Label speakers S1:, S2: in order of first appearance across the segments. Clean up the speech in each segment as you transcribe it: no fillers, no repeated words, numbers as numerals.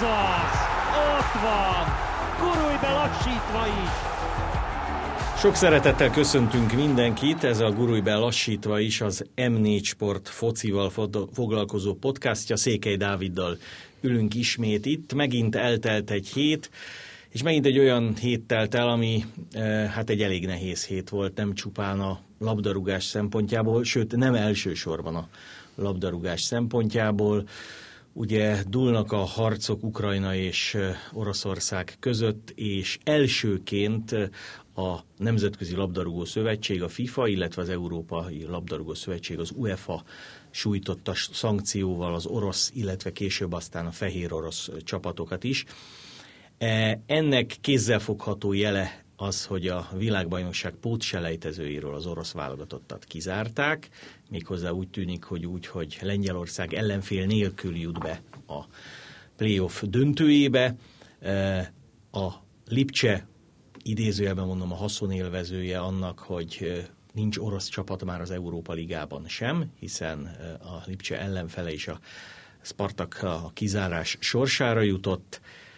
S1: az! Ott van! Gurulj be lassítva is!
S2: Sok szeretettel köszöntünk mindenkit, ez a Gurulj be lassítva is az M4 Sport focival foglalkozó podcastja. Székely Dáviddal ülünk ismét itt, megint eltelt egy hét, és megint egy olyan hét telt el, ami hát egy elég nehéz hét volt, nem csupán a labdarúgás szempontjából, sőt nem elsősorban a labdarúgás szempontjából. Ugye dúlnak a harcok Ukrajna és Oroszország között, és elsőként a Nemzetközi Labdarúgó Szövetség, a FIFA, illetve az Európai Labdarúgó Szövetség, az UEFA sújtotta szankcióval az orosz, illetve később aztán a fehér orosz csapatokat is. Ennek kézzelfogható jele az, hogy a világbajnokság pótselejtezőiről az orosz válogatottat kizárták, méghozzá úgy tűnik, hogy Lengyelország ellenfél nélkül jut be a playoff döntőjébe. A Lipcse, idézőjelben mondom, a haszonélvezője annak, hogy nincs orosz csapat már az Európa Ligában sem, hiszen a Lipcse ellenfele is a Spartak a kizárás sorsára jutott,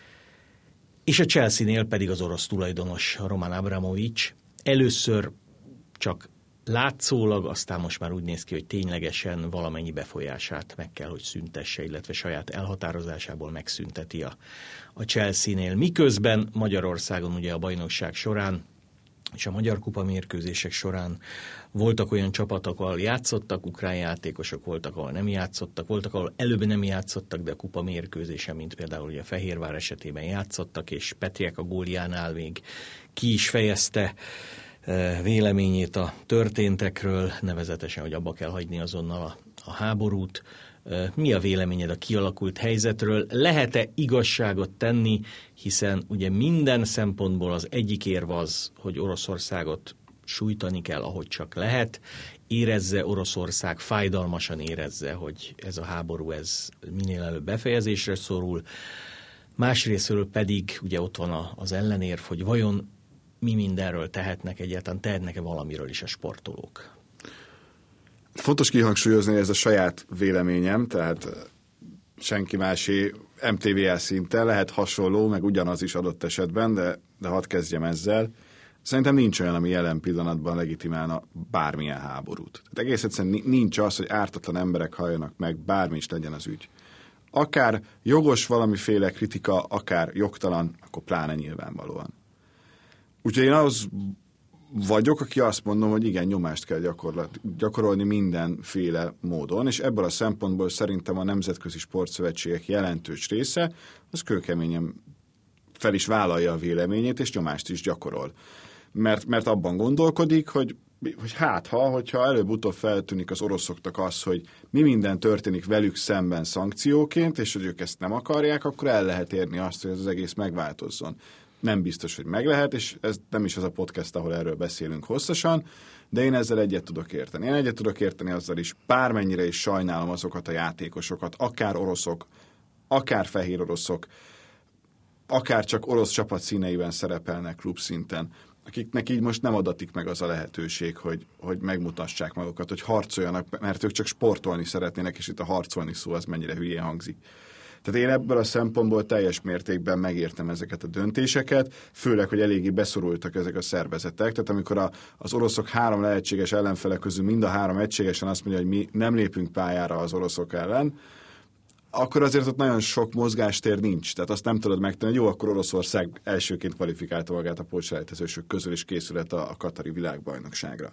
S2: és a Chelsea-nél pedig az orosz tulajdonos Roman Abramovich először csak látszólag, aztán most már úgy néz ki, hogy ténylegesen valamennyi befolyását meg kell, hogy szüntesse, illetve saját elhatározásából megszünteti a Chelsea-nél. Miközben Magyarországon ugye a bajnokság során és a Magyar Kupa mérkőzések során voltak olyan csapatok, ahol játszottak, ukrán játékosok voltak, ahol nem játszottak, voltak, ahol előbb nem játszottak, de a kupa mérkőzése, mint például ugye a Fehérvár esetében játszottak, és Petriek a góljánál még ki is fejezte véleményét a történtekről, nevezetesen, hogy abba kell hagyni azonnal a háborút. Mi a véleményed a kialakult helyzetről? Lehet-e igazságot tenni, hiszen ugye minden szempontból az egyik érv az, hogy Oroszországot sújtani kell, ahogy csak lehet. Érezze Oroszország, fájdalmasan érezze, hogy ez a háború ez minél előbb befejezésre szorul. Másrésztről pedig ugye ott van az ellenérv, hogy vajon mi mindenről tehetnek, egyáltalán tehetnek-e valamiről is a sportolók?
S3: Fontos kihangsúlyozni, hogy ez a saját véleményem, tehát senki másé MTVL szinten lehet hasonló, meg ugyanaz is adott esetben, de hadd kezdjem ezzel. Szerintem nincs olyan, ami jelen pillanatban legitimálna bármilyen háborút. Tehát egész egyszerűen nincs az, hogy ártatlan emberek halljanak meg, bármi is legyen az ügy. Akár jogos valamiféle kritika, akár jogtalan, akkor pláne nyilvánvalóan. Úgyhogy én az vagyok, aki azt mondom, hogy igen, nyomást kell gyakorolni mindenféle módon, és ebből a szempontból szerintem a nemzetközi sportszövetségek jelentős része, az kőkeményen fel is vállalja a véleményét, és nyomást is gyakorol. Mert abban gondolkodik, hogy hogyha előbb-utóbb feltűnik az oroszoknak az, hogy mi minden történik velük szemben szankcióként, és hogy ők ezt nem akarják, akkor el lehet érni azt, hogy ez az egész megváltozzon. Nem biztos, hogy meg lehet, és ez nem is az a podcast, ahol erről beszélünk hosszasan, de én ezzel egyet tudok érteni. Én egyet tudok érteni azzal is, bármennyire is sajnálom azokat a játékosokat, akár oroszok, akár fehér oroszok, akár csak orosz csapat színeiben szerepelnek klubszinten, akiknek így most nem adatik meg az a lehetőség, hogy megmutassák magukat, hogy harcoljanak, mert ők csak sportolni szeretnének, és itt a harcolni szó az mennyire hülyén hangzik. Tehát én ebből a szempontból teljes mértékben megértem ezeket a döntéseket, főleg, hogy eléggé beszorultak ezek a szervezetek. Tehát amikor az oroszok 3 lehetséges ellenfele közül mind a 3 egységesen azt mondja, hogy mi nem lépünk pályára az oroszok ellen, akkor azért ott nagyon sok mozgástér nincs. Tehát azt nem tudod megtenni, hogy jó, akkor Oroszország elsőként kvalifikálta magát a pótselejtezősök közül, és készület a katari világbajnokságra.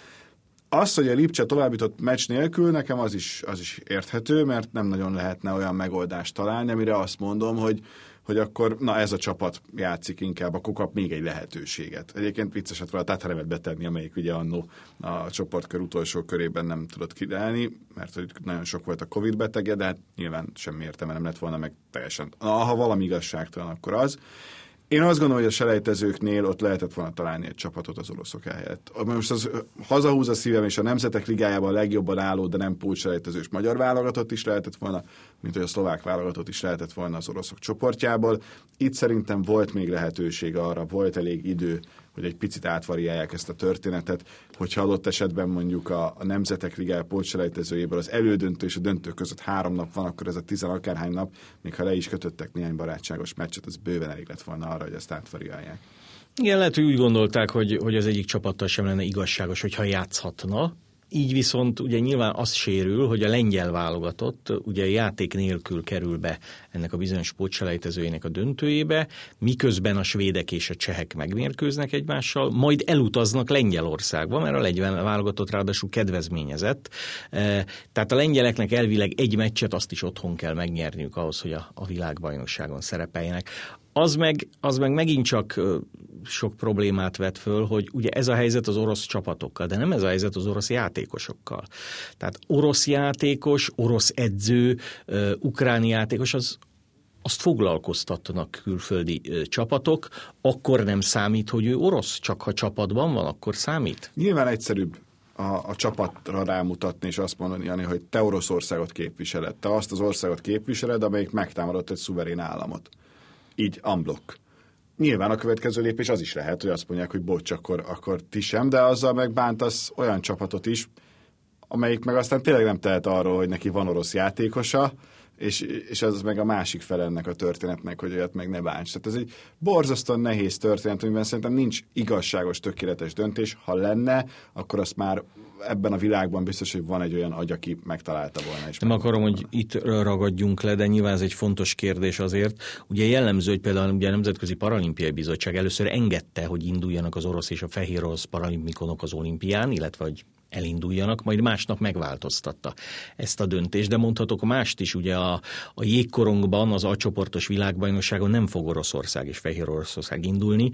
S3: Az, hogy a Lipcse továbbjutott meccs nélkül, nekem az is érthető, mert nem nagyon lehetne olyan megoldást találni, amire azt mondom, hogy akkor ez a csapat játszik inkább, akkor kap még egy lehetőséget. Egyébként vicces lett volna a Tataremet betenni, amelyik ugye annó a csoportkör utolsó körében nem tudott királni, mert hogy nagyon sok volt a Covid betege, de hát nyilván semmi értelme nem lett volna meg teljesen. Ha valami igazságtalan, akkor az. Én azt gondolom, hogy a selejtezőknél ott lehetett volna találni egy csapatot az oroszok helyett. Most az hazahúz a szívem, és a Nemzetek Ligájában a legjobban álló, de nem pótselejtezős magyar válogatott is lehetett volna, mint hogy a szlovák válogatott is lehetett volna az oroszok csoportjából. Itt szerintem volt még lehetőség arra, volt elég idő, hogy egy picit átvariálják ezt a történetet, hogyha adott esetben mondjuk a Nemzetek Ligája pótselejtezőjéből az elődöntő és a döntő között 3 nap van, akkor ez a 10 akárhány nap, még ha le is kötöttek néhány barátságos meccset, az bőven elég lett volna arra, hogy ezt átvariálják.
S2: Igen, lehet, hogy úgy gondolták, hogy az egyik csapattal sem lenne igazságos, hogyha játszhatna. Így viszont ugye nyilván az sérül, hogy a lengyel válogatott ugye játék nélkül kerül be ennek a bizonyos pótselejtezőjének a döntőjébe, miközben a svédek és a csehek megmérkőznek egymással, majd elutaznak Lengyelországba, mert a lengyel válogatott ráadásul kedvezményezett. Tehát a lengyeleknek elvileg egy meccset azt is otthon kell megnyerniük ahhoz, hogy a világbajnokságon szerepeljenek. Az meg megint csak sok problémát vet föl, hogy ugye ez a helyzet az orosz csapatokkal, de nem ez a helyzet az orosz játékosokkal. Tehát orosz játékos, orosz edző, ukrán játékos, azt foglalkoztatnak külföldi csapatok, akkor nem számít, hogy ő orosz, csak ha csapatban van, akkor számít?
S3: Nyilván egyszerűbb a csapatra rámutatni, és azt mondani, Jani, hogy te Oroszországot képviseled, te azt az országot képviseled, amelyik megtámadott egy szuverén államot. Így unblock. Nyilván a következő lépés az is lehet, hogy azt mondják, hogy bocs, akkor ti sem, de azzal megbántasz olyan csapatot is, amelyik meg aztán tényleg nem tehet arról, hogy neki van orosz játékosa, és az meg a másik fel ennek a történetnek, hogy olyat meg ne bánts. Tehát ez egy borzasztóan nehéz történet, amiben szerintem nincs igazságos, tökéletes döntés. Ha lenne, akkor azt már ebben a világban biztos, hogy van egy olyan agy, aki megtalálta volna.
S2: Nem akarom, hogy itt ragadjunk le, de nyilván ez egy fontos kérdés azért. Ugye jellemző, hogy például ugye a Nemzetközi Paralimpiai Bizottság először engedte, hogy induljanak az orosz és a fehér orosz paralimpikonok az olimpián, illetve hogy elinduljanak, majd másnap megváltoztatta ezt a döntést, de mondhatok mást is, ugye a jégkorongban, az A-csoportos világbajnokságon nem fog Oroszország és Fehér Oroszország indulni,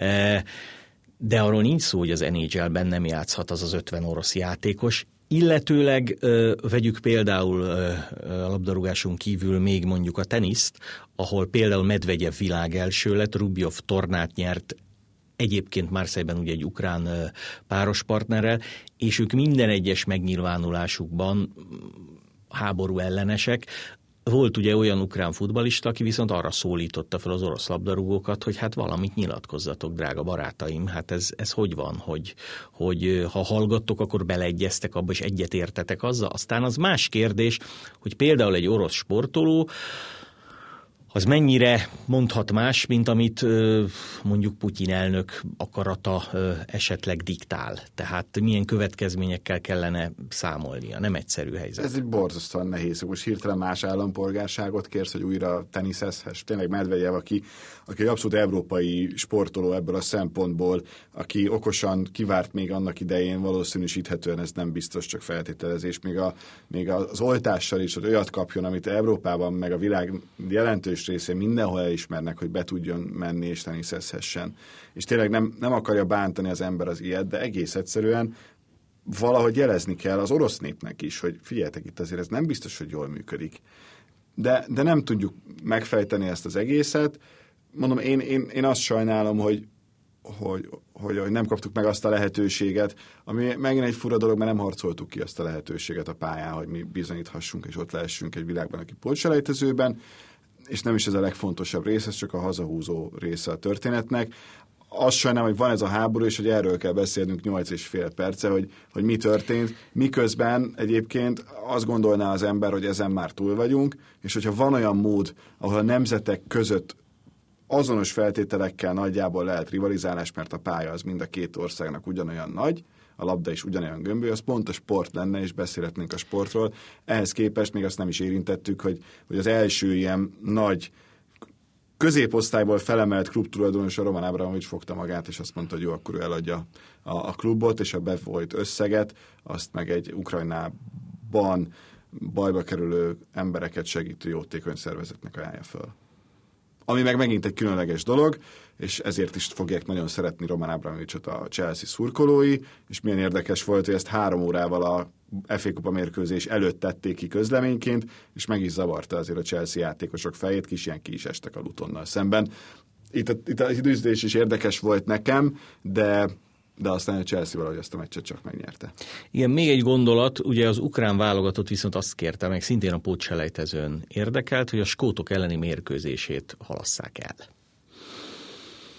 S2: de arról nincs szó, hogy az NHL-ben nem játszhat az 50 orosz játékos, illetőleg vegyük például a labdarúgáson kívül még mondjuk a teniszt, ahol például Medvegyev világelső lett, Rubjov tornát nyert, egyébként Marseille-ben ugye egy ukrán páros partnerrel, és ők minden egyes megnyilvánulásukban háború ellenesek. Volt ugye olyan ukrán futballista, aki viszont arra szólította fel az orosz labdarúgókat, hogy hát valamit nyilatkozzatok, drága barátaim, hát ez hogy van, hogy ha hallgattok, akkor beleegyeztek abba, és egyetértetek azzal. Aztán az más kérdés, hogy például egy orosz sportoló, az mennyire mondhat más, mint amit mondjuk Putyin elnök akarata esetleg diktál. Tehát milyen következményekkel kellene számolnia. Nem egyszerű helyzet.
S3: Ez egy borzasztóan nehéz. Most hirtelen más állampolgárságot kérsz, hogy újra teniszezhess. Tényleg Medvegyev, aki egy abszolút európai sportoló ebből a szempontból, aki okosan kivárt még annak idején, valószínűsíthetően ez nem biztos, csak feltételezés. Még az oltással is, hogy olyat kapjon, amit Európában, meg a világ jelentős részén mindenhol elismernek, hogy be tudjon menni és teniszezhessen. És tényleg nem akarja bántani az ember az ilyet, de egész egyszerűen valahogy jelezni kell az orosz népnek is, hogy figyeljetek, itt azért ez nem biztos, hogy jól működik. De nem tudjuk megfejteni ezt az egészet. Mondom, én azt sajnálom, hogy nem kaptuk meg azt a lehetőséget, ami megint egy fura dolog, mert nem harcoltuk ki azt a lehetőséget a pályán, hogy mi bizonyíthassunk, és ott lehessünk egy világban, aki pótselejtezőben, és nem is ez a legfontosabb rész, ez csak a hazahúzó része a történetnek. Azt sajnálom, hogy van ez a háború, és hogy erről kell beszélnünk 8,5 perce, hogy mi történt, miközben egyébként azt gondolná az ember, hogy ezen már túl vagyunk, és hogyha van olyan mód, ahol a nemzetek között azonos feltételekkel nagyjából lehet rivalizálás, mert a pálya az mind a két országnak ugyanolyan nagy, a labda is ugyanolyan gömbölyű, az pont a sport lenne, és beszélhetnénk a sportról. Ehhez képest még azt nem is érintettük, hogy az első ilyen nagy középosztályból felemelt klubtulajdonos, a Roman Abramovics fogta magát, és azt mondta, hogy jó, akkor ő eladja a klubot, és a befolyt összeget, azt meg egy Ukrajnában bajba kerülő embereket segítő jótékony szervezetnek ajánlja föl. Ami meg megint egy különleges dolog, és ezért is fogják nagyon szeretni Roman Abramovicsot a Chelsea szurkolói, és milyen érdekes volt, hogy ezt 3 órával a FA Kupa mérkőzés előtt tették ki közleményként, és meg is zavarta azért a Chelsea játékosok fejét, ki is estek a Lutonnal szemben. Itt az időzítés is érdekes volt nekem, de aztán a Chelsea valahogy ezt a meccset csak megnyerte.
S2: Igen, még egy gondolat, ugye az ukrán válogatott viszont azt kérte meg, szintén a pótselejtezőn érdekelt, hogy a skótok elleni mérkőzését halasszák el.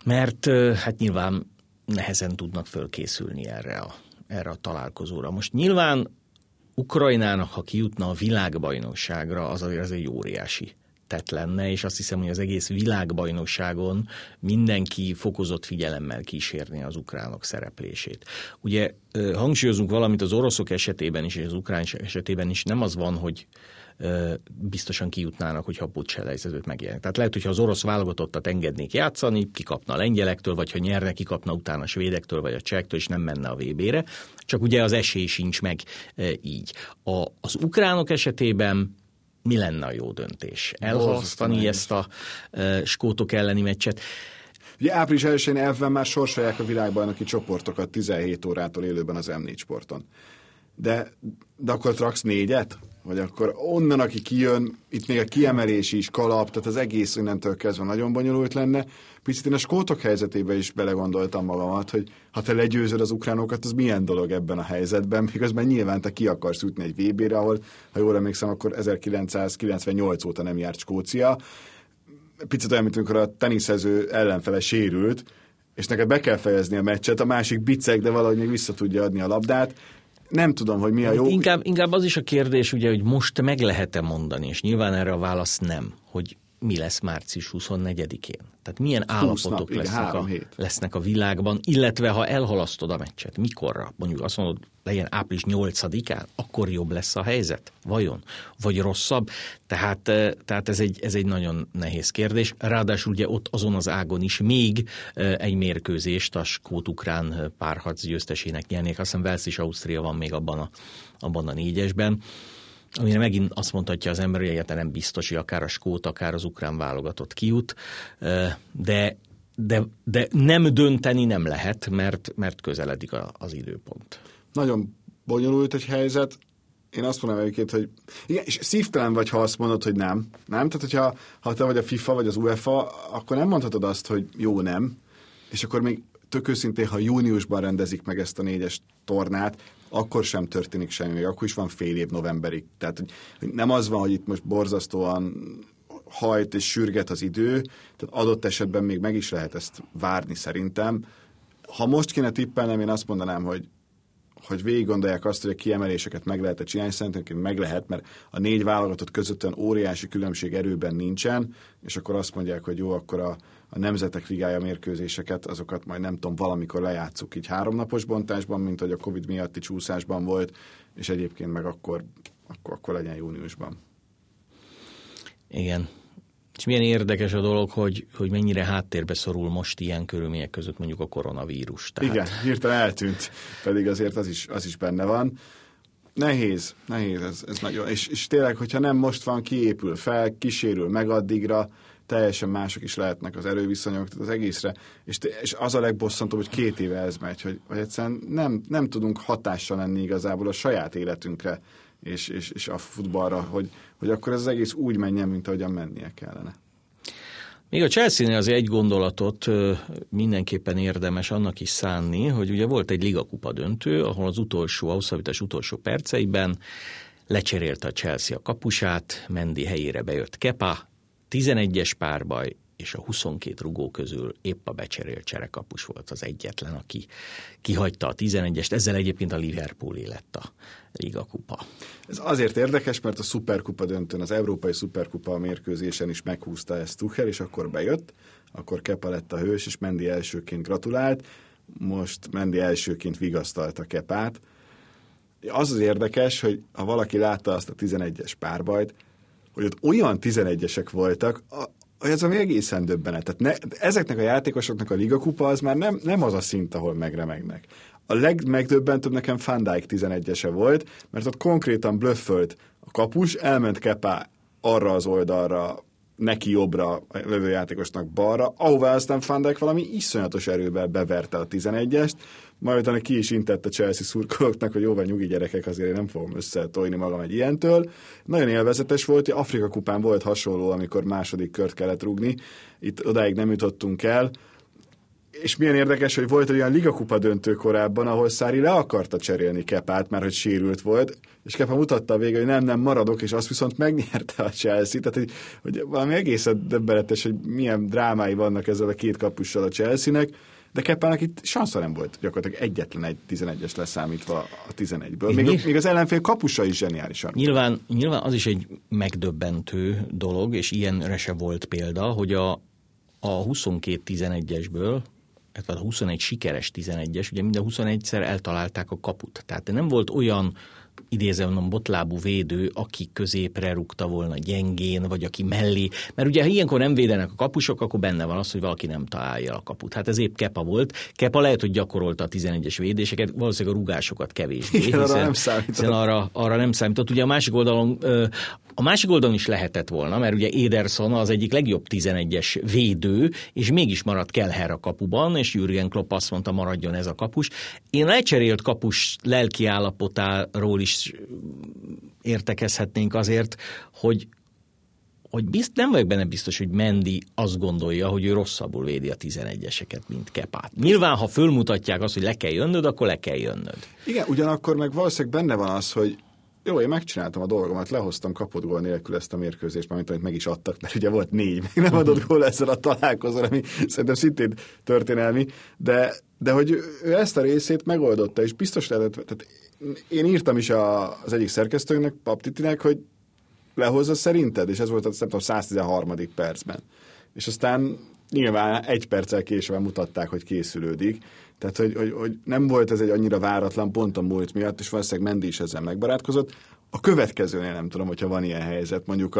S2: mert hát nyilván nehezen tudnak fölkészülni erre a találkozóra. Most nyilván Ukrajnának, ha kijutna a világbajnokságra, az azért az egy óriási tett lenne, és azt hiszem, hogy az egész világbajnokságon mindenki fokozott figyelemmel kísérni az ukránok szereplését. Ugye hangsúlyozunk valamit az oroszok esetében is, és az ukrán esetében is, nem az van, hogy biztosan kijutnának, hogyha a pótselejtezőt megjelennek. Tehát lehet, hogyha az orosz válogatottat engednék játszani, kikapna a lengyelektől, vagy ha nyerne, kikapna utána a svédektől, vagy a csektől, és nem menne a VB-re. Csak ugye az esély sincs meg így. Az ukránok esetében mi lenne a jó döntés? Elhalasztani ezt a skótok elleni meccset?
S3: Ugye április 1-én elvben már sorsolják a világbajnoki csoportokat 17 órától élőben az M4 sporton. De akkor raksz 4-et? Vagy akkor onnan, aki kijön, itt még a kiemelés is, kalap, tehát az egész innentől kezdve nagyon bonyolult lenne. Picit én a skótok helyzetében is belegondoltam magamat, hogy ha te legyőzöd az ukránokat, az milyen dolog ebben a helyzetben, miközben nyilván te ki akarsz jutni egy VB-re, ahol, ha jól emlékszem, akkor 1998 óta nem járt Skócia. Picit olyan, mint amikor a teniszező ellenfele sérült, és neked be kell fejezni a meccset, a másik biceg, de valahogy még vissza tudja adni a labdát. Nem tudom, hogy mi a jó.
S2: Inkább az is a kérdés, ugye, hogy most meg lehet-e mondani, és nyilván erre a válasz nem, hogy mi lesz március 24-én. Tehát milyen állapotok lesznek a világban, illetve ha elhalasztod a meccset, mikorra? Mondjuk azt mondod, legyen április 8-án, akkor jobb lesz a helyzet? Vajon? Vagy rosszabb? Tehát ez egy nagyon nehéz kérdés. Ráadásul ugye ott azon az ágon is még egy mérkőzést a skót-ukrán párharc győztesének nyernék. Azt hiszem Wales és Ausztria van még abban a 4-esben. Amire megint azt mondhatja az ember, hogy egyáltalán nem biztos, hogy akár a skót, akár az ukrán válogatott kijut, de nem dönteni nem lehet, mert közeledik az időpont.
S3: Nagyon bonyolult egy helyzet. Én azt mondom egyébként, hogy igen, és szívtelen vagy, ha azt mondod, hogy nem. Nem? Tehát, hogyha te vagy a FIFA, vagy az UEFA, akkor nem mondhatod azt, hogy jó, nem. És akkor még tök őszintén, ha júniusban rendezik meg ezt a 4-es tornát, akkor sem történik semmi, még akkor is van fél év novemberig. Tehát hogy nem az van, hogy itt most borzasztóan hajt és sürget az idő, tehát adott esetben még meg is lehet ezt várni szerintem. Ha most kéne tippelnem, én azt mondanám, hogy végig gondolják azt, hogy a kiemeléseket meg lehet csinálni, szerintem meg lehet, mert a 4 válogatott között olyan óriási különbség erőben nincsen, és akkor azt mondják, hogy jó, akkor a Nemzetek Ligája mérkőzéseket, azokat majd nem tudom, valamikor lejátszuk így 3 napos bontásban, mint hogy a Covid miatti csúszásban volt, és egyébként meg akkor legyen júniusban.
S2: Igen. És milyen érdekes a dolog, hogy mennyire háttérbe szorul most ilyen körülmények között mondjuk a koronavírus. Tehát...
S3: Igen, hirtelen eltűnt, pedig azért az is benne van. Nehéz ez nagyon. És tényleg, hogyha nem most van, kiépül fel, kísérül meg addigra, teljesen mások is lehetnek az erőviszonyok, tehát az egészre. És az a legbosszantóbb, hogy 2 éve ez megy, hogy egyszerűen nem tudunk hatással lenni igazából a saját életünkre, és a futballra, hogy akkor ez az egész úgy menjen, mint ahogyan mennie kellene.
S2: Még a Chelsea-nél azért egy gondolatot mindenképpen érdemes annak is szánni, hogy ugye volt egy ligakupa döntő, ahol az hosszabbítás utolsó perceiben lecserélte a Chelsea a kapusát, Mendy helyére bejött Kepa, 11-es párbaj, és a 22 rugó közül épp a becserélt cserekapus volt az egyetlen, aki kihagyta a 11-est, ezzel egyébként a Liverpoolé lett a ligakupa.
S3: Ez azért érdekes, mert a szuperkupa döntőn, az európai szuperkupa mérkőzésen is meghúzta ezt Tuchel, és akkor bejött, akkor Kepa lett a hős, és Mendy elsőként gratulált, most Mendy elsőként vigasztalta Kepát. Az érdekes, hogy ha valaki látta azt a 11-es párbajt, hogy ott olyan 11-esek voltak, hogy ez ami egészen döbbenet. Tehát ezeknek a játékosoknak a ligakupa az már nem az a szint, ahol megremegnek. A legmegdöbbentőbb nekem Van Dijk 11-ese volt, mert ott konkrétan blöffölt a kapus, elment Kepa arra az oldalra, neki jobbra, lövő játékosnak balra, ahová aztán Van Dijk valami iszonyatos erővel beverte a 11-est, majd utána ki is intett a Chelsea szurkolóknak, hogy jóval nyugi gyerekek, azért én nem fogom összetolni magam egy ilyentől. Nagyon élvezetes volt, Afrika kupán volt hasonló, amikor második kört kellett rúgni, itt odáig nem jutottunk el. És milyen érdekes, hogy volt olyan ligakupa döntő korábban, ahol Sarri le akarta cserélni Kepát, mert hogy sérült volt, és Kepa mutatta a vége, hogy nem maradok, és azt viszont megnyerte a Chelsea. Tehát, hogy valami egészen döbbenetes, hogy milyen drámái vannak ezzel a két kapussal a Chelsea-nek, de Kepának itt sansza nem volt, gyakorlatilag egyetlen egy 11-es leszámítva a 11-ből. Még az ellenfél kapusa is zseniálisan.
S2: Nyilván az is egy megdöbbentő dolog, és ilyenre se volt példa, hogy a 22 11-esből, a 21 sikeres 11-es, ugye minden 21-szer eltalálták a kaput. Tehát nem volt olyan, idézem, botlábú védő, aki középre rúgta volna gyengén, vagy aki mellé. Mert ugye, ha ilyenkor nem védenek a kapusok, akkor benne van az, hogy valaki nem találja a kaput. Hát ez épp Kepa volt. Kepa lehet, hogy gyakorolta a 11-es védéseket, valószínűleg a rúgásokat kevésbé.
S3: Igen, arra nem számított.
S2: Hiszen arra nem számított. Ugye a másik oldalon is lehetett volna, mert ugye Ederson az egyik legjobb 11-es védő, és mégis maradt Kelleher a kapuban, és Jürgen Klopp azt mondta, maradjon ez a kapus. Én lecserélt kapus lelki állapotáról is értekezhetnénk azért, hogy nem vagyok benne biztos, hogy Mendy azt gondolja, hogy ő rosszabbul védi a 11-eseket, mint Kepát. Nyilván, ha fölmutatják azt, hogy le kell jönnöd, akkor le kell jönnöd.
S3: Igen, ugyanakkor meg valószínűleg benne van az, hogy jó, én megcsináltam a dolgomat, lehoztam kapott gól nélkül ezt a mérkőzést, mint amit meg is adtak, mert ugye volt 4, meg nem adott gól ezzel a találkozón, ami szerintem szintén történelmi, de hogy ő ezt a részét megoldotta, és biztos lehetett, tehát én írtam is az egyik szerkesztőnek, Pap Titinek, hogy lehozza szerinted, és ez volt a 113. percben. És aztán nyilván 1 perccel később mutatták, hogy készülődik. Tehát, hogy nem volt ez egy annyira váratlan pont a múlt miatt, és valószínűleg Mendy is ezzel megbarátkozott. A következőnél nem tudom, hogyha van ilyen helyzet. Mondjuk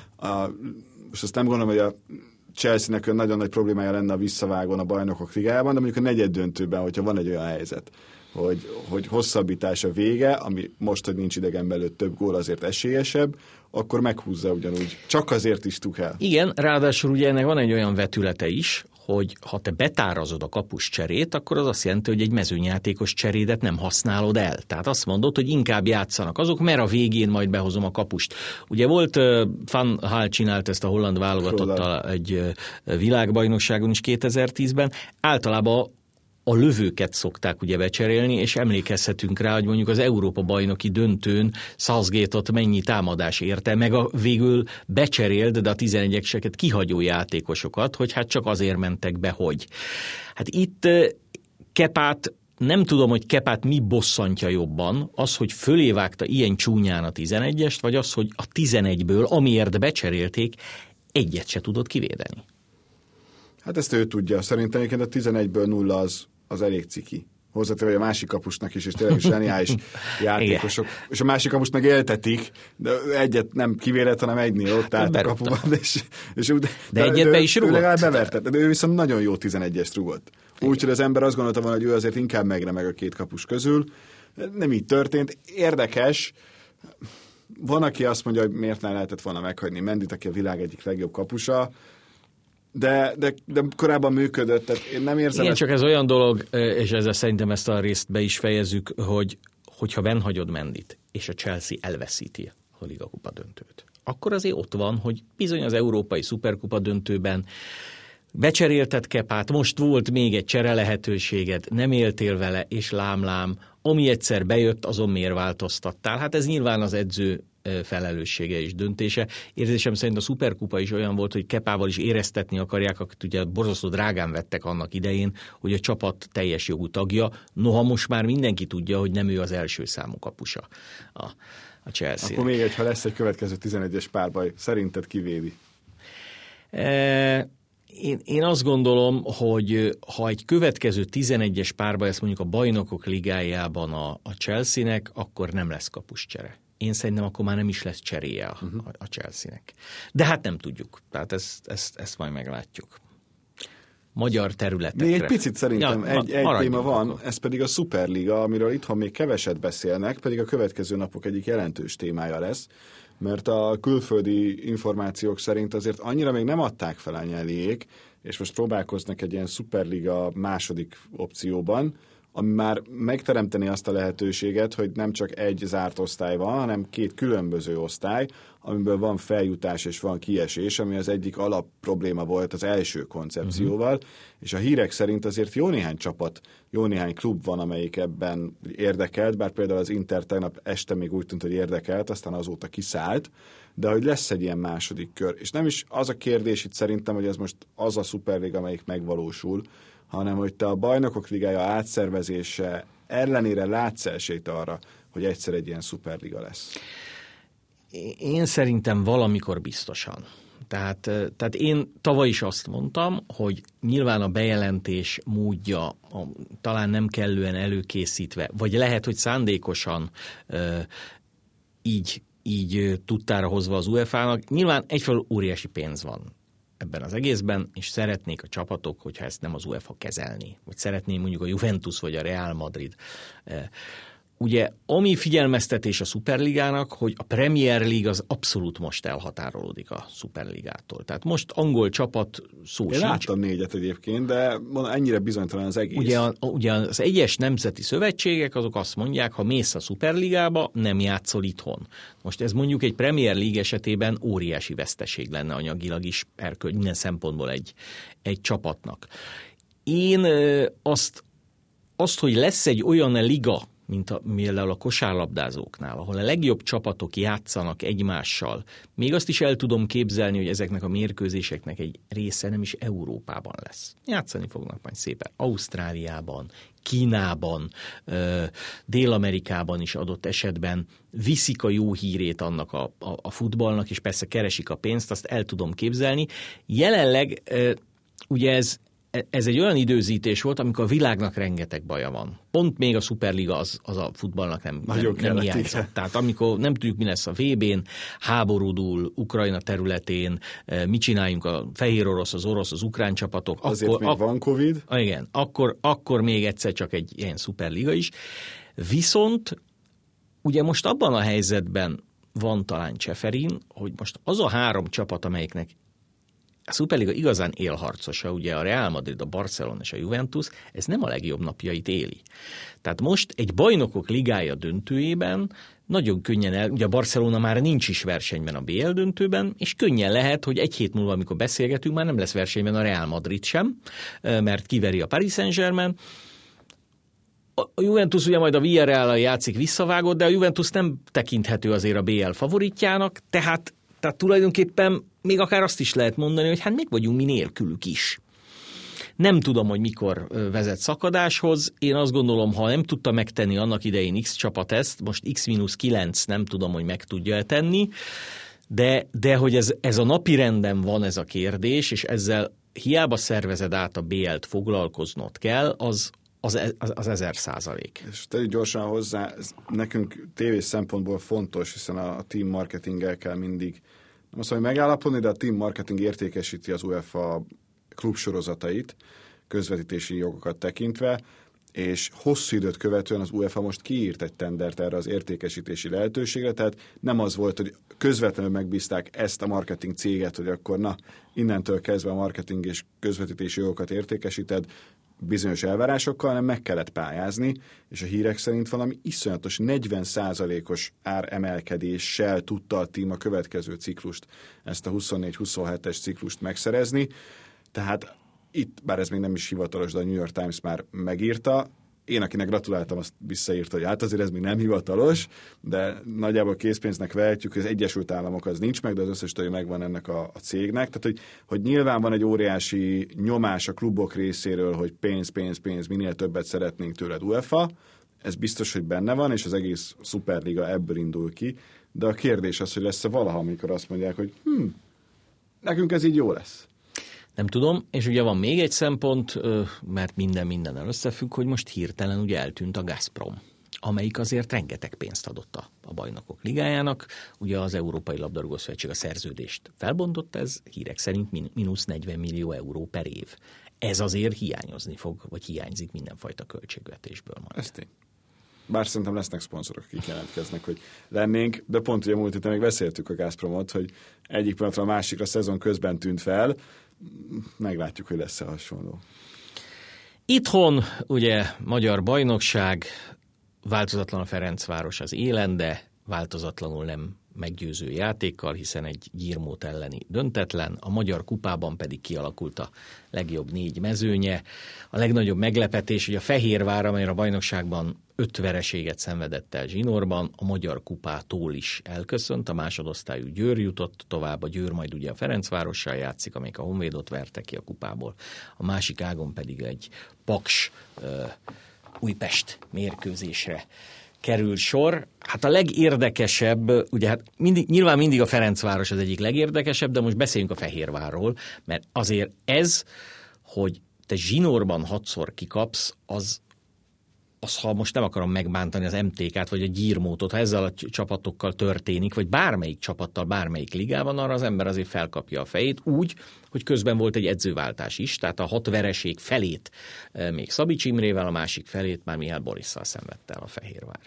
S3: most azt nem gondolom, hogy a Chelsea-nek nagyon nagy problémája lenne a visszavágón a Bajnokok Ligájában, de mondjuk a negyeddöntőben, hogyha van egy olyan helyzet, hogy hosszabbítás a vége, ami most, hogy nincs idegen belőtt több gól, azért esélyesebb, akkor meghúzza ugyanúgy. Csak azért is Tuchel.
S2: Igen, ráadásul ugye ennek van egy olyan vetülete is, hogy ha te betárazod a kapus cserét, akkor az azt jelenti, hogy egy mezőnyjátékos cserédet nem használod el. Tehát azt mondod, hogy inkább játszanak azok, mert a végén majd behozom a kapust. Ugye volt, Van Gaal csinált ezt a holland válogatottal egy világbajnokságon is 2010-ben, általában a lövőket szokták ugye becserélni, és emlékezhetünk rá, hogy mondjuk az Európa-bajnoki döntőn Southgate-ot mennyi támadás érte, meg végül becserélt, de a 11-eseket kihagyó játékosokat, hogy hát csak azért mentek be, hogy. Hát itt Kepát, nem tudom, hogy Kepát mi bosszantja jobban, az, hogy fölévágta ilyen csúnyán a 11-est, vagy az, hogy a 11-ből, amiért becserélték, egyet se tudott kivédeni.
S3: Hát ezt ő tudja. Szerintem egyébként a 11-ből 0 az elég ciki. Hozzátéve, hogy a másik kapusnak is, és tényleg zseniális játékosok. És a másik kapust meg éltetik, de egyet nem kivélet, hanem egynél ott állt a kapuban.
S2: De egyet be is rúgott.
S3: Ő legalább beverte, de ő viszont nagyon jó 11-est rúgott. Úgyhogy az ember azt gondolta volna, hogy ő azért inkább megremeg a két kapus közül. Nem így történt. Érdekes. Van, aki azt mondja, hogy miért nem lehetett volna meghagyni Mendyt, aki a világ egyik legjobb kapusa. De korábban működött, tehát én nem érzem...
S2: Igen, csak ez olyan dolog, és ezzel szerintem ezt a részt be is fejezzük, hogyha benhagyod Mendyt, és a Chelsea elveszíti a ligakupa döntőt, akkor azért ott van, hogy bizony az európai szuperkupa döntőben becserélted Kepát, most volt még egy csere lehetőséged, nem éltél vele, és lám, ami egyszer bejött, azon miért változtattál? Hát ez nyilván az edző felelőssége és döntése. Érzésem szerint a szuperkupa is olyan volt, hogy Kepával is éreztetni akarják, akit ugye borzasztó drágán vettek annak idején, hogy a csapat teljes jogú tagja. Noha most már mindenki tudja, hogy nem ő az első számú kapusa a Chelsea.
S3: Akkor még ha lesz egy következő 11-es párbaj, szerinted kivédi?
S2: Én azt gondolom, hogy ha egy következő 11-es párbaj, ezt mondjuk a Bajnokok Ligájában a Chelsea-nek, akkor nem lesz kapuscsere. Én szerintem akkor már nem is lesz cseréje a Chelsea-nek. De hát nem tudjuk. Tehát ezt majd meglátjuk. Magyar területekre.
S3: Még egy picit szerintem egy téma van, ez pedig a Superliga, amiről itthon még keveset beszélnek, pedig a következő napok egyik jelentős témája lesz, mert a külföldi információk szerint azért annyira még nem adták fel a nyeliék, és most próbálkoznak egy ilyen Superliga második opcióban, ami már megteremteni azt a lehetőséget, hogy nem csak egy zárt osztály van, hanem 2 különböző osztály, amiből van feljutás és van kiesés, ami az egyik alap probléma volt az első koncepcióval, és a hírek szerint azért jó néhány csapat, jó néhány klub van, amelyik ebben érdekelt, bár például az Inter tegnap este még úgy tűnt, hogy érdekelt, aztán azóta kiszállt, de hogy lesz egy ilyen második kör. És nem is az a kérdés itt szerintem, hogy ez most az a szuperliga, amelyik megvalósul, hanem hogy te a Bajnokok Ligája átszervezése ellenére látsz esélyt arra, hogy egyszer egy ilyen szuperliga lesz?
S2: Én szerintem valamikor biztosan. Tehát én tavaly is azt mondtam, hogy nyilván a bejelentés módja talán nem kellően előkészítve, vagy lehet, hogy szándékosan így tudtára hozva az UEFA-nak. Nyilván egyfelől óriási pénz van ebben az egészben, és szeretnék a csapatok, hogyha ezt nem az UEFA kezelni, vagy szeretné mondjuk a Juventus vagy a Real Madrid. Ugye, ami figyelmeztetés a Szuperligának, hogy a Premier League az abszolút most elhatárolódik a Szuperligától. Tehát most angol csapat szó
S3: Én
S2: sincs.
S3: láttam 4 egyébként, de ennyire bizonytalan az egész.
S2: Ugye az egyes nemzeti szövetségek azok azt mondják, ha mész a Szuperligába, nem játszol itthon. Most ez mondjuk egy Premier League esetében óriási veszteség lenne anyagilag is, minden szempontból egy csapatnak. Én azt, hogy lesz egy olyan liga, mint például a kosárlabdázóknál, ahol a legjobb csapatok játszanak egymással. Még azt is el tudom képzelni, hogy ezeknek a mérkőzéseknek egy része nem is Európában lesz. Játszani fognak majd szépen Ausztráliában, Kínában, Dél-Amerikában is adott esetben viszik a jó hírét annak a futballnak, és persze keresik a pénzt, azt el tudom képzelni. Jelenleg ugye ez egy olyan időzítés volt, amikor a világnak rengeteg baja van. Pont még a Szuperliga az a futballnak nem hiányzott. Tehát amikor nem tudjuk, mi lesz a VB-n, háború dúl Ukrajna területén, mit csináljunk a fehér orosz, az orosz, az ukrán csapatok.
S3: Azért még van Covid.
S2: Igen, akkor még egyszer csak egy ilyen Szuperliga is. Viszont ugye most abban a helyzetben van talán Cseferin, hogy most az a 3 csapat, amelyiknek a Szuperliga igazán élharcosa, ugye a Real Madrid, a Barcelona és a Juventus, ez nem a legjobb napjait éli. Tehát most egy Bajnokok Ligája döntőjében nagyon könnyen ugye a Barcelona már nincs is versenyben a BL döntőben, és könnyen lehet, hogy egy hét múlva, amikor beszélgetünk, már nem lesz versenyben a Real Madrid sem, mert kiveri a Paris Saint-Germain. A Juventus ugye majd a Villarreal-al játszik visszavágott, de a Juventus nem tekinthető azért a BL favoritjának, tehát tulajdonképpen még akár azt is lehet mondani, hogy hát még vagyunk mi nélkülük is. Nem tudom, hogy mikor vezet szakadáshoz. Én azt gondolom, ha nem tudta megtenni annak idején X csapat ezt, most X-9 nem tudom, hogy meg tudja tenni, de hogy ez a napirenden van ez a kérdés, és ezzel hiába szervezed át a BL-t, foglalkoznod kell, az 1000%.
S3: És tegyük gyorsan hozzá, ez nekünk tévés szempontból fontos, hiszen a team marketinggel kell mindig, nem azt mondom, hogy megállapodni, de a team marketing értékesíti az UEFA klubsorozatait, közvetítési jogokat tekintve, és hosszú időt követően az UEFA most kiírt egy tendert erre az értékesítési lehetőségre, tehát nem az volt, hogy közvetlenül megbízták ezt a marketing céget, hogy akkor innentől kezdve a marketing és közvetítési jogokat értékesíted bizonyos elvárásokkal, hanem meg kellett pályázni, és a hírek szerint valami iszonyatos 40%-os áremelkedéssel tudta a tím a következő ciklust, ezt a 24-27-es ciklust megszerezni. Tehát itt, bár ez még nem is hivatalos, de a New York Times már megírta. Én, akinek gratuláltam, azt visszaírta, hogy hát azért ez még nem hivatalos, de nagyjából készpénznek vehetjük, hogy az Egyesült Államok az nincs meg, de az összes többi megvan ennek a cégnek. Tehát, hogy nyilván van egy óriási nyomás a klubok részéről, hogy pénz, minél többet szeretnénk tőled UEFA. Ez biztos, hogy benne van, és az egész Szuperliga ebből indul ki. De a kérdés az, hogy lesz-e valaha, amikor azt mondják, hogy nekünk ez így jó lesz.
S2: Nem tudom, és ugye van még egy szempont, mert mindennel összefügg, hogy most hirtelen ugye eltűnt a Gazprom, amelyik azért rengeteg pénzt adott a Bajnokok Ligájának. Ugye az Európai Labdarúgó-szövetség a szerződést felbontotta, ez hírek szerint mínusz 40 millió euró per év. Ez azért hiányozni fog, vagy hiányzik mindenfajta költségvetésből majd.
S3: Ez tény. Bár szerintem lesznek szponzorok, akik jelentkeznek, hogy lennénk, de pont ugye múlt héten még beszéltük a Gazpromot, hogy egyik pillanatra a másikra szezon közben tűnt fel, meglátjuk, hogy lesz-e hasonló.
S2: Itthon ugye magyar bajnokság, változatlan a Ferencváros az élen, de változatlanul nem meggyőző játékkal, hiszen egy Gyirmót elleni döntetlen, a Magyar Kupában pedig kialakult a legjobb 4 mezőnye. A legnagyobb meglepetés, hogy a Fehérvár, amely a bajnokságban 5 vereséget szenvedett el zsinórban, a Magyar Kupától is elköszönt, a másodosztályú Győr jutott tovább, a Győr majd ugye a Ferencvárossal játszik, amelyik a Honvédot verte ki a kupából, a másik ágon pedig egy Paks Újpest mérkőzésre kerül sor. Hát a legérdekesebb, ugye hát nyilván mindig a Ferencváros az egyik legérdekesebb, de most beszéljünk a Fehérvárról, mert azért ez, hogy te zsinórban 6-szor kikapsz, az ha most nem akarom megbántani az MTK-t, vagy a Gyirmótot, ha ezzel a csapatokkal történik, vagy bármelyik csapattal, bármelyik ligában, arra az ember azért felkapja a fejét úgy, hogy közben volt egy edzőváltás is, tehát a 6 vereség felét még Szabics Imrével, a másik felét már Mihály Borisszal szenvedte el a Fehérvár.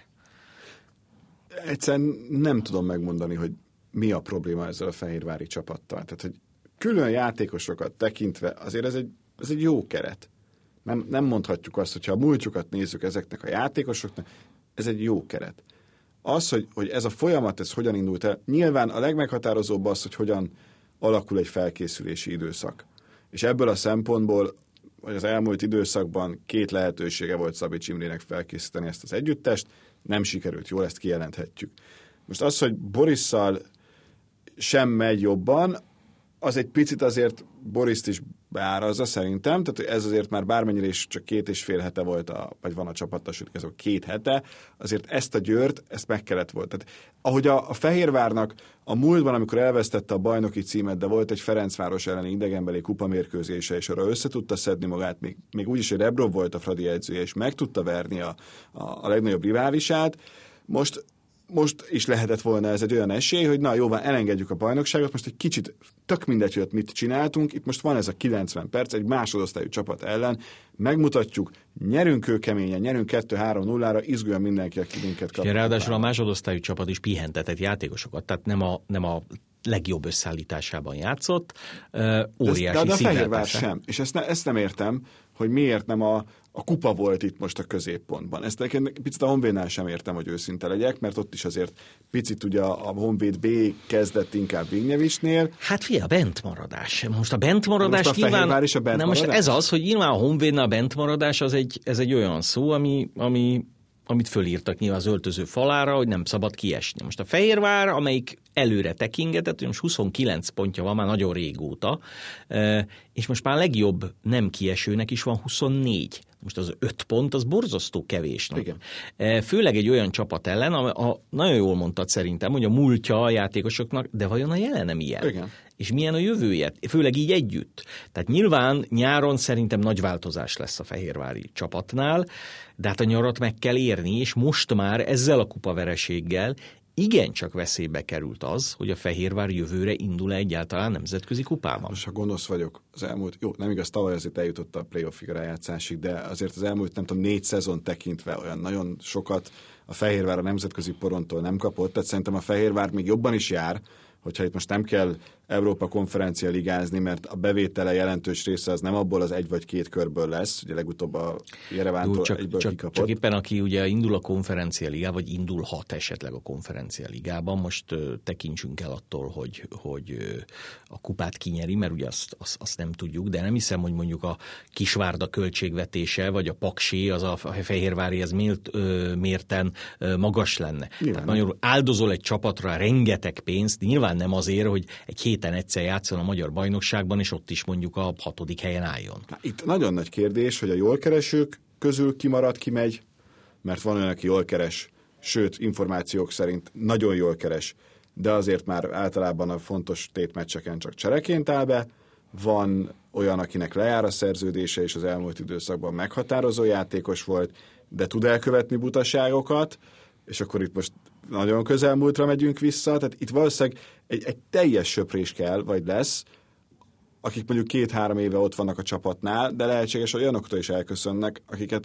S3: Egyszerűen nem tudom megmondani, hogy mi a probléma ezzel a fehérvári csapattal. Tehát, hogy külön játékosokat tekintve azért ez egy jó keret. Nem mondhatjuk azt, hogyha a múltjukat nézzük ezeknek a játékosoknak, ez egy jó keret. Az, hogy ez a folyamat, ez hogyan indult el, nyilván a legmeghatározóbb az, hogy hogyan alakul egy felkészülési időszak. És ebből a szempontból, hogy az elmúlt időszakban 2 lehetősége volt Szabics Imrének felkészíteni ezt az együttest, nem sikerült jól, ezt kijelenthetjük. Most az, hogy Borisszal sem megy jobban, az egy picit azért Boriszt is beárazza szerintem, tehát ez azért már bármennyire is csak 2,5 hete volt, vagy van a csapattal, sőt, ez 2 hete, azért ezt a Győrt, ezt meg kellett volt. Tehát, ahogy a Fehérvárnak a múltban, amikor elvesztette a bajnoki címet, de volt egy Ferencváros elleni idegenbeli kupamérkőzése, és arra össze tudta szedni magát, még úgyis, hogy Rebrov volt a Fradi edzője, és meg tudta verni a legnagyobb riválisát, most is lehetett volna ez egy olyan esély, hogy na jó, van, elengedjük a bajnokságot, most egy kicsit tök mindegy, hogy mit csináltunk, itt most van ez a 90 perc, egy másodosztályú csapat ellen, megmutatjuk, nyerünk kőkeményen, nyerünk 2-3-0-ra, izguljon mindenki, aki minket kap.
S2: Ráadásul a másodosztályú csapat is pihentetett játékosokat, tehát nem a legjobb összeállításában játszott, óriási
S3: de a Fehérvár sem, és ezt nem értem, hogy miért nem a kupa volt itt most a középpontban. Ezt picit a Honvédnál sem értem, hogy őszinte legyek, mert ott is azért picit ugye a Honvéd B kezdett inkább Vignyevicsnél.
S2: Hát figyelj, a bentmaradás. Most a bentmaradás
S3: most a Fehérvár is a bentmaradás?
S2: Most ez az, hogy nyilván a Honvédnál a bentmaradás ez egy olyan szó, amit fölírtak nyilván az öltöző falára, hogy nem szabad kiesni. Most a Fehérvár, amelyik előre tekingetett, hogy most 29 pontja van már nagyon régóta, és most már a legjobb nem kiesőnek is van 24. Most az 5 pont, az borzasztó kevés. Igen. Főleg egy olyan csapat ellen, nagyon jól mondtad szerintem, hogy a múltja a játékosoknak, de vajon a jelen nem ilyen?
S3: Igen.
S2: És milyen a jövője? Főleg így együtt. Tehát nyilván nyáron szerintem nagy változás lesz a fehérvári csapatnál, de hát a nyarat meg kell érni, és most már ezzel a kupavereséggel igencsak veszélybe került az, hogy a Fehérvár jövőre indul egyáltalán nemzetközi kupában.
S3: Most ha gonosz vagyok, az elmúlt, jó, nem igaz, tavaly azért eljutott a playoff-ig a rájátszásig, de azért az elmúlt, nem tudom, 4 szezon tekintve olyan nagyon sokat a Fehérvár a nemzetközi porontól nem kapott, tehát szerintem a Fehérvár még jobban is jár, hogyha itt most nem kell Európa konferencia ligázni, mert a bevétele jelentős része az nem abból az 1 vagy 2 körből lesz, ugye legutóbb a Jerevántól egyből kikapott.
S2: Csak éppen aki ugye indul a konferencia ligában, vagy indulhat esetleg a konferencia ligában, most tekintsünk el attól, hogy a kupát kinyeri, mert ugye azt nem tudjuk, de nem hiszem, hogy mondjuk a Kisvárda költségvetése, vagy a Paksé, az a Fehérvári, ez mérten magas lenne. Tehát magyarul áldozol egy csapatra rengeteg pénzt, nyilván nem azért, hogy egy héten egyszer játszon a magyar bajnokságban, és ott is mondjuk a 6. helyen álljon.
S3: Itt nagyon nagy kérdés, hogy a jól keresők közül kimarad, kimegy, mert van olyan, aki jól keres, sőt, információk szerint nagyon jól keres, de azért már általában a fontos tétmeccseken csak csereként áll be, van olyan, akinek lejár a szerződése, és az elmúlt időszakban meghatározó játékos volt, de tud elkövetni butaságokat, és akkor itt most nagyon közelmúltra megyünk vissza, tehát itt valószínűleg egy teljes söprés kell, vagy lesz, akik mondjuk 2-3 éve ott vannak a csapatnál, de lehetséges, hogy olyanoktól is elköszönnek,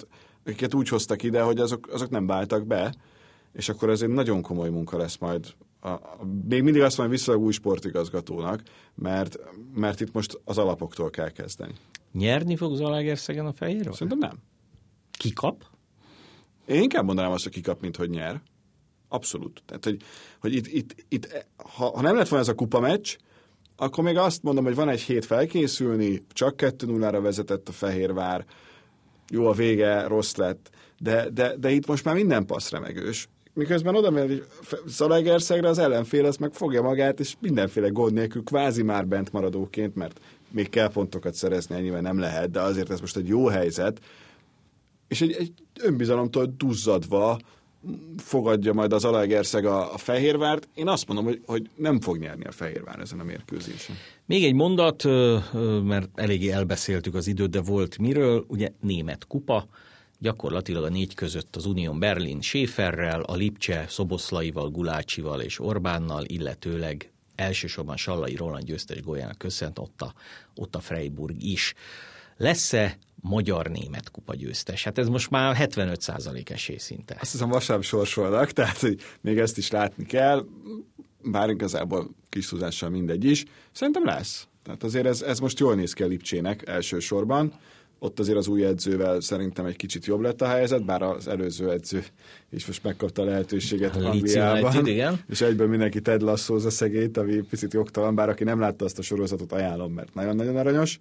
S3: akiket úgy hoztak ide, hogy azok nem váltak be, és akkor ez egy nagyon komoly munka lesz majd még mindig azt mondom, viszonylag új sportigazgatónak, mert itt most az alapoktól kell kezdeni.
S2: Nyerni fog Zalaegerszegen a Fehérvár?
S3: Szerintem nem.
S2: Ki kap?
S3: Én inkább mondanám azt, hogy ki kap, mint hogy nyer. Abszolút. Tehát, hogy itt ha nem lett volna ez a kupameccs, akkor még azt mondom, hogy van egy hét felkészülni, csak 2-0-ra vezetett a Fehérvár, jó, a vége rossz lett, de itt most már minden passz remegős. Miközben oda megy Zalaegerszegre, az ellenfél az meg fogja magát, és mindenféle gond nélkül kvázi már bent maradóként, mert még kell pontokat szerezni, ennyivel nem lehet, de azért ez most egy jó helyzet, és egy önbizalomtól duzzadva fogadja majd az Zalaegerszeg a Fehérvárt. Én azt mondom, hogy nem fog nyerni a Fehérvár ezen a mérkőzésen.
S2: Még egy mondat, mert eléggé elbeszéltük az időt, de volt miről, ugye német kupa, gyakorlatilag a 4 között az Union Berlin Schäferrel, a Lipcse Szoboszlaival, Gulácsival és Orbánnal, illetőleg elsősorban Sallai Roland győztes góljának köszönhet ott a Freiburg is. Lesz-e magyar-német kupa győztes? Hát ez most már 75% esély szinte.
S3: Azt hiszem vasárnap sorsolnak, tehát hogy még ezt is látni kell, bár igazából kis túlzással mindegy is. Szerintem lesz. Tehát azért ez most jól néz ki a Lipcsének elsősorban. Ott azért az új edzővel szerintem egy kicsit jobb lett a helyzet, bár az előző edző is most megkapta a lehetőséget Angliában. És egyből mindenki Ted Lasso-zza szegélyt, ami picit jogtalan, bár aki nem látta azt a sorozatot, ajánlom, mert nagyon-nagyon aranyos.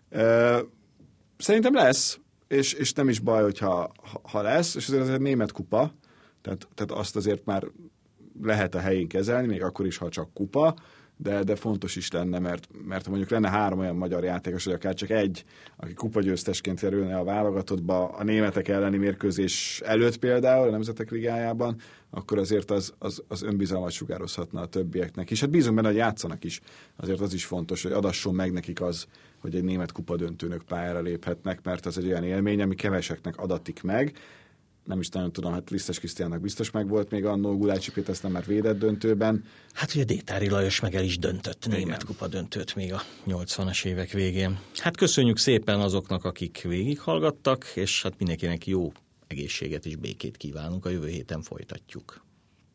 S3: Szerintem lesz, és nem is baj, hogyha lesz, és azért ez egy német kupa, tehát azt azért már lehet a helyén kezelni, még akkor is, ha csak kupa, de fontos is lenne, mert ha mondjuk lenne 3 olyan magyar játékos, vagy akár csak egy, aki kupagyőztesként kerülne a válogatottba a németek elleni mérkőzés előtt például a Nemzetek Ligájában, akkor azért az önbizalmat sugározhatna a többieknek. És hát bízunk benne, hogy játszanak is. Azért az is fontos, hogy adasson meg nekik az, hogy egy német kupadöntőnök pályára léphetnek, mert az egy olyan élmény, ami keveseknek adatik meg. Nem is nagyon tudom, hát Lisztes Krisztiánnak biztos meg volt még annó, Gulácsi Péter aztán már védett döntőben.
S2: Hát ugye Détári Lajos meg el is döntött német kupa döntőt még a 80-as évek végén. Hát köszönjük szépen azoknak, akik végighallgattak, és hát mindenkinek jó egészséget és békét kívánunk, a jövő héten folytatjuk.